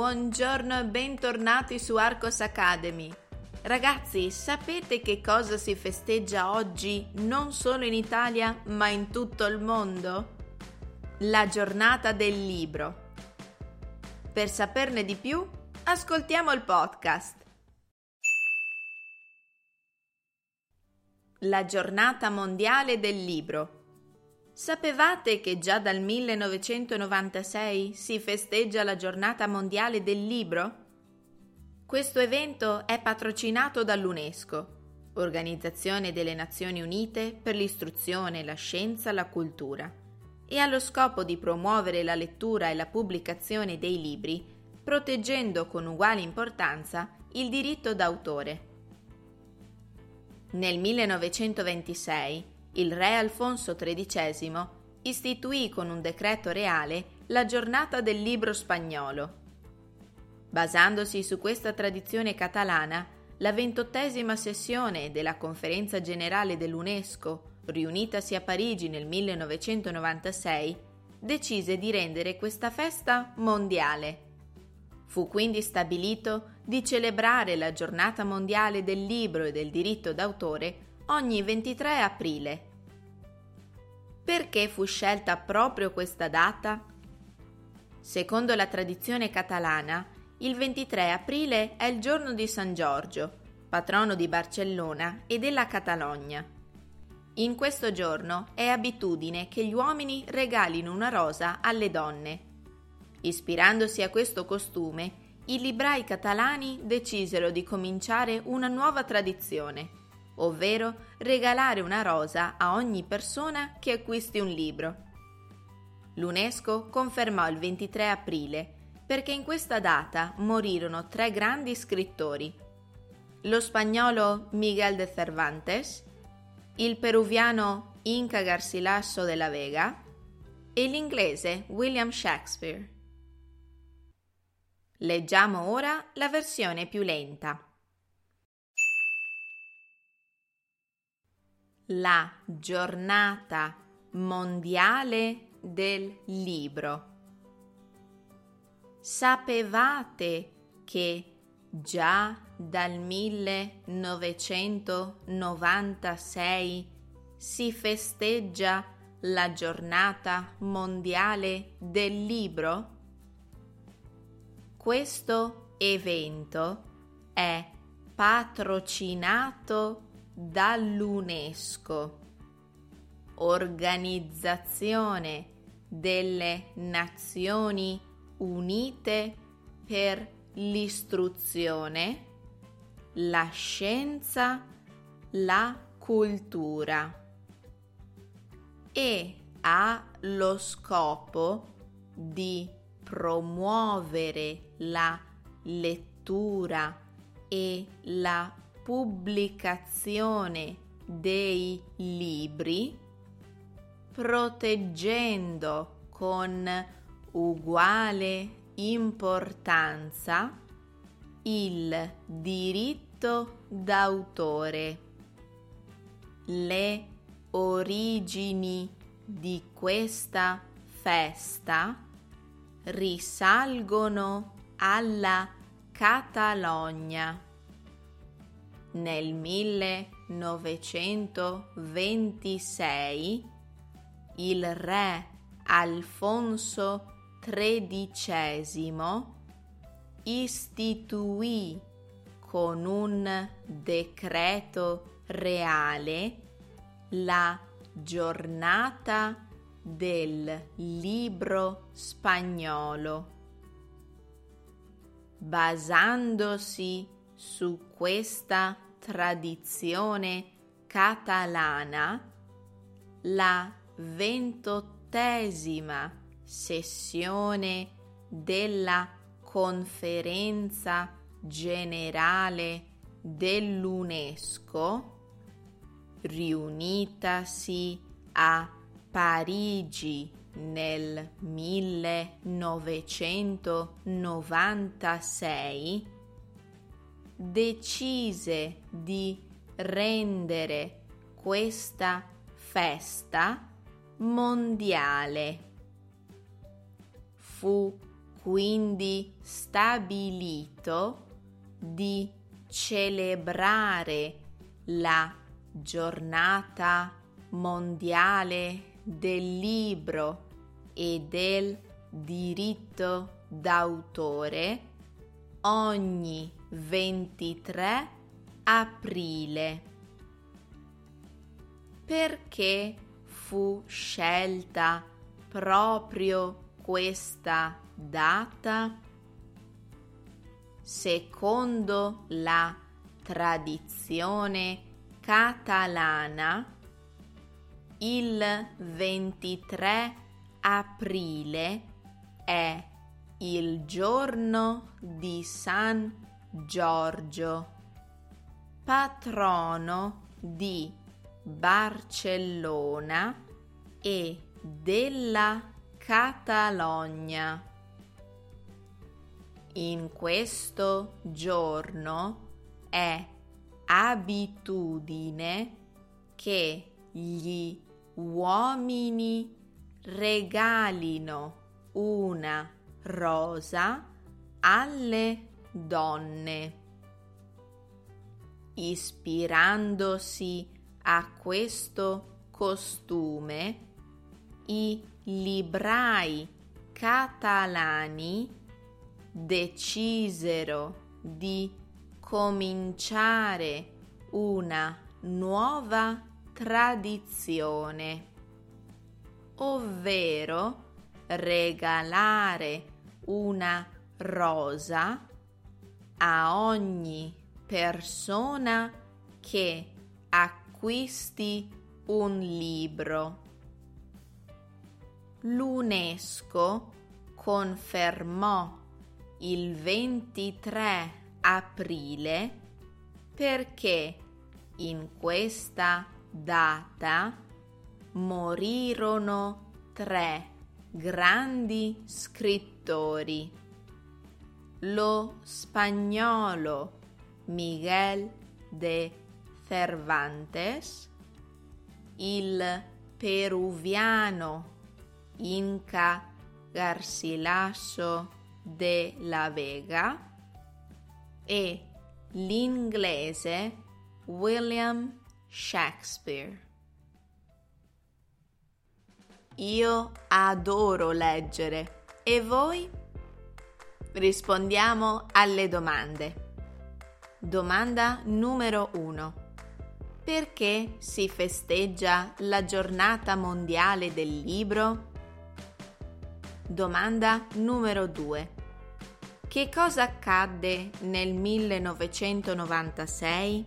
Buongiorno e bentornati su Arcos Academy. Ragazzi, sapete che cosa si festeggia oggi non solo in Italia ma in tutto il mondo? La giornata del libro. Per saperne di più, ascoltiamo il podcast. La giornata mondiale del libro. Sapevate che già dal 1996 si festeggia la giornata mondiale del libro? Questo evento è patrocinato dall'UNESCO, Organizzazione delle Nazioni Unite per l'istruzione, la scienza e la cultura, e ha lo scopo di promuovere la lettura e la pubblicazione dei libri, proteggendo con uguale importanza il diritto d'autore. Nel 1926 il re Alfonso XIII istituì con un decreto reale la giornata del libro spagnolo. Basandosi su questa tradizione catalana, la 28ª sessione della Conferenza Generale dell'UNESCO, riunitasi a Parigi nel 1996, decise di rendere questa festa mondiale. Fu quindi stabilito di celebrare la Giornata Mondiale del Libro e del Diritto d'autore ogni 23 aprile. Perché fu scelta proprio questa data? Secondo la tradizione catalana, il 23 aprile è il giorno di San Giorgio, patrono di Barcellona e della Catalogna. In questo giorno è abitudine che gli uomini regalino una rosa alle donne. Ispirandosi a questo costume, i librai catalani decisero di cominciare una nuova tradizione, ovvero regalare una rosa a ogni persona che acquisti un libro. L'UNESCO confermò il 23 aprile perché in questa data morirono 3 grandi scrittori: lo spagnolo Miguel de Cervantes, il peruviano Inca Garcilaso de la Vega e l'inglese William Shakespeare. Leggiamo ora la versione più lenta. La giornata mondiale del libro. Sapevate che già dal 1996 si festeggia la giornata mondiale del libro? Questo evento è patrocinato dall'UNESCO, Organizzazione delle Nazioni Unite per l'istruzione, la scienza, la cultura, e ha lo scopo di promuovere la lettura e la pubblicazione dei libri, proteggendo con uguale importanza il diritto d'autore. Le origini di questa festa risalgono alla Catalogna. Nel 1926 il re Alfonso XIII istituì con un decreto reale la giornata del libro spagnolo. Basandosi su questa tradizione catalana, la 28ª sessione della Conferenza Generale dell'UNESCO, riunitasi a Parigi nel 1996, decise di rendere questa festa mondiale. Fu quindi stabilito di celebrare la giornata mondiale del libro e del diritto d'autore ogni 23 aprile. Perché fu scelta proprio questa data? Secondo la tradizione catalana, il 23 aprile è il giorno di San Giorgio, patrono di Barcellona e della Catalogna. In questo giorno è abitudine che gli uomini regalino una rosa alle donne. Ispirandosi a questo costume, i librai catalani decisero di cominciare una nuova tradizione, ovvero regalare una rosa a ogni persona che acquisti un libro. L'UNESCO confermò il 23 aprile perché in questa data morirono 3 grandi scrittori: lo spagnolo Miguel de Cervantes, il peruviano Inca Garcilaso de la Vega e l'inglese William Shakespeare. Io adoro leggere, e voi? Rispondiamo alle domande. Domanda numero 1. Perché si festeggia la giornata mondiale del libro? Domanda numero 2. Che cosa accadde nel 1996?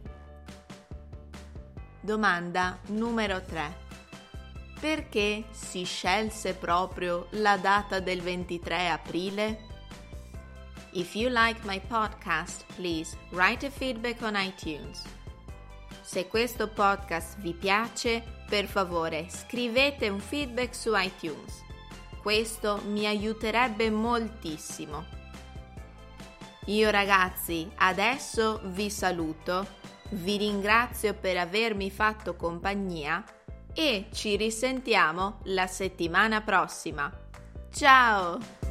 Domanda numero 3. Perché si scelse proprio la data del 23 aprile? If you like my podcast, please write a feedback on iTunes. Se questo podcast vi piace, per favore scrivete un feedback su iTunes. Questo mi aiuterebbe moltissimo. Io ragazzi, adesso vi saluto, vi ringrazio per avermi fatto compagnia e ci risentiamo la settimana prossima. Ciao!